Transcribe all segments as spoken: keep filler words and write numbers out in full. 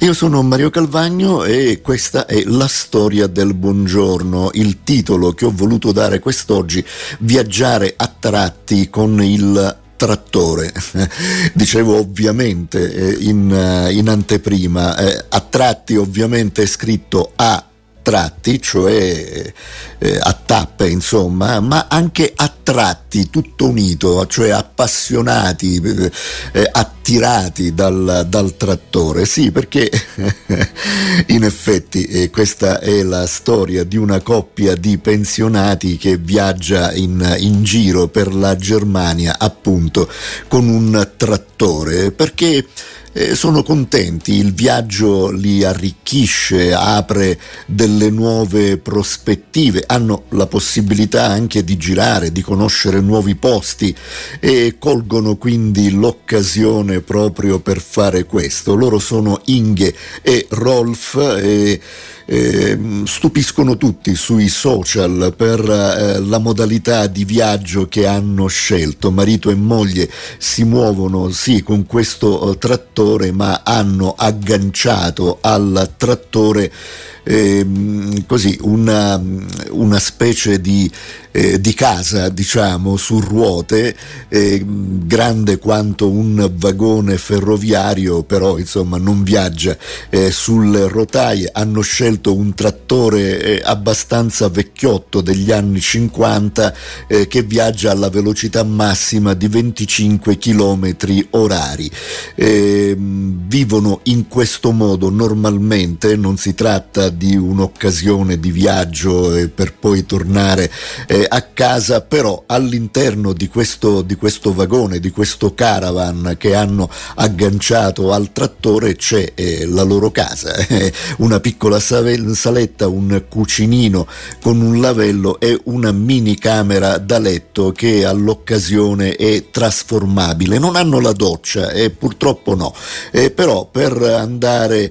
Io sono Mario Calvagno e questa è la storia del buongiorno. Il titolo che ho voluto dare quest'oggi: viaggiare a tratti con il trattore. Dicevo ovviamente eh, in, uh, in anteprima, eh, a tratti ovviamente è scritto a tratti, cioè eh, a tappe insomma, ma anche a tratti, tutto unito, cioè appassionati, eh, attirati dal, dal trattore. Sì, perché in effetti eh, questa è la storia di una coppia di pensionati che viaggia in, in giro per la Germania appunto con un trattore, perché Eh, sono contenti, il viaggio li arricchisce, apre delle nuove prospettive, hanno la possibilità anche di girare, di conoscere nuovi posti e colgono quindi l'occasione proprio per fare questo. Loro sono Inge e Rolf e Eh, stupiscono tutti sui social per eh, la modalità di viaggio che hanno scelto. Marito e moglie si muovono sì con questo eh, trattore, ma hanno agganciato al trattore eh, così una, una specie di, eh, di casa, diciamo, su ruote, eh, grande quanto un vagone ferroviario, però insomma non viaggia eh, sulle rotaie. Hanno scelto un trattore eh, abbastanza vecchiotto degli anni cinquanta eh, che viaggia alla velocità massima di venticinque chilometri orari. Eh, vivono in questo modo normalmente, non si tratta di un'occasione di viaggio eh, per poi tornare eh, a casa, però all'interno di questo, di questo vagone, di questo caravan che hanno agganciato al trattore c'è eh, la loro casa, eh, una piccola saletta, un cucinino con un lavello e una mini camera da letto che all'occasione è trasformabile. Non hanno la doccia, eh, purtroppo no, eh, però per andare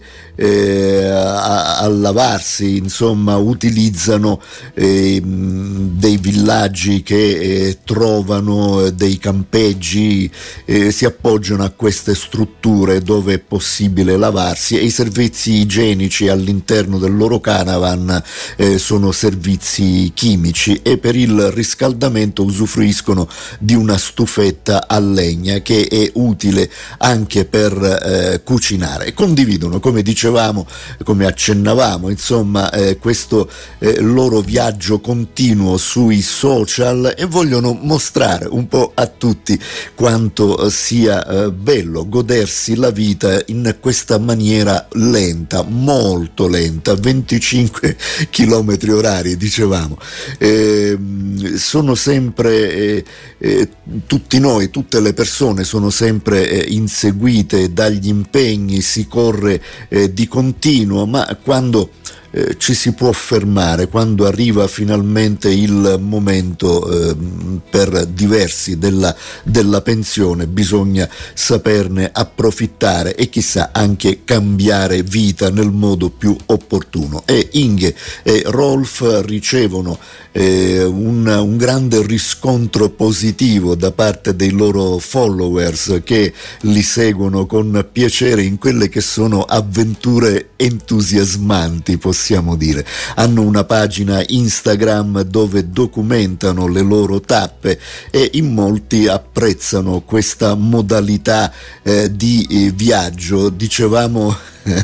eh, a, a lavarsi insomma utilizzano eh, dei villaggi che eh, trovano, dei campeggi, eh, si appoggiano a queste strutture dove è possibile lavarsi, e i servizi igienici all'interno del loro caravan eh, sono servizi chimici, e per il riscaldamento usufruiscono di una stufetta a legna che è utile anche per eh, cucinare. Condividono, come dicevamo, come accennavamo, insomma eh, questo eh, loro viaggio continuo sui social, e vogliono mostrare un po' a tutti quanto sia eh, bello godersi la vita in questa maniera lenta, molto lenta, venticinque chilometri orari, dicevamo. Eh, sono sempre eh, eh, tutti noi, tutte le persone sono sempre eh, inseguite dagli impegni, si corre eh, di continuo, ma quando Eh, ci si può fermare, quando arriva finalmente il momento eh, per diversi della, della pensione, bisogna saperne approfittare e chissà anche cambiare vita nel modo più opportuno. E Inge e Rolf ricevono eh, un, un grande riscontro positivo da parte dei loro followers, che li seguono con piacere in quelle che sono avventure entusiasmanti, possiamo dire. Hanno una pagina Instagram dove documentano le loro tappe, e in molti apprezzano questa modalità eh, di eh, viaggio. Dicevamo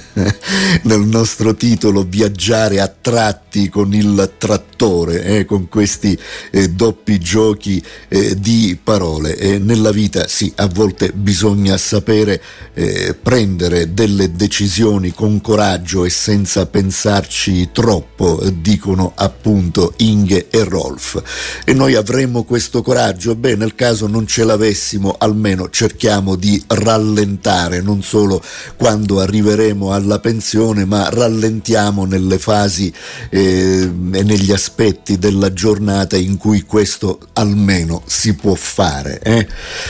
nel nostro titolo viaggiare a tratti con il trattore, eh, con questi eh, doppi giochi eh, di parole. E nella vita sì, a volte bisogna sapere eh, prendere delle decisioni con coraggio e senza pensarci troppo, dicono appunto Inge e Rolf. E noi avremmo questo coraggio? Beh, nel caso non ce l'avessimo, almeno cerchiamo di rallentare, non solo quando arriveremo alla pensione, ma rallentiamo nelle fasi eh, e negli aspetti della giornata in cui questo almeno si può fare, eh?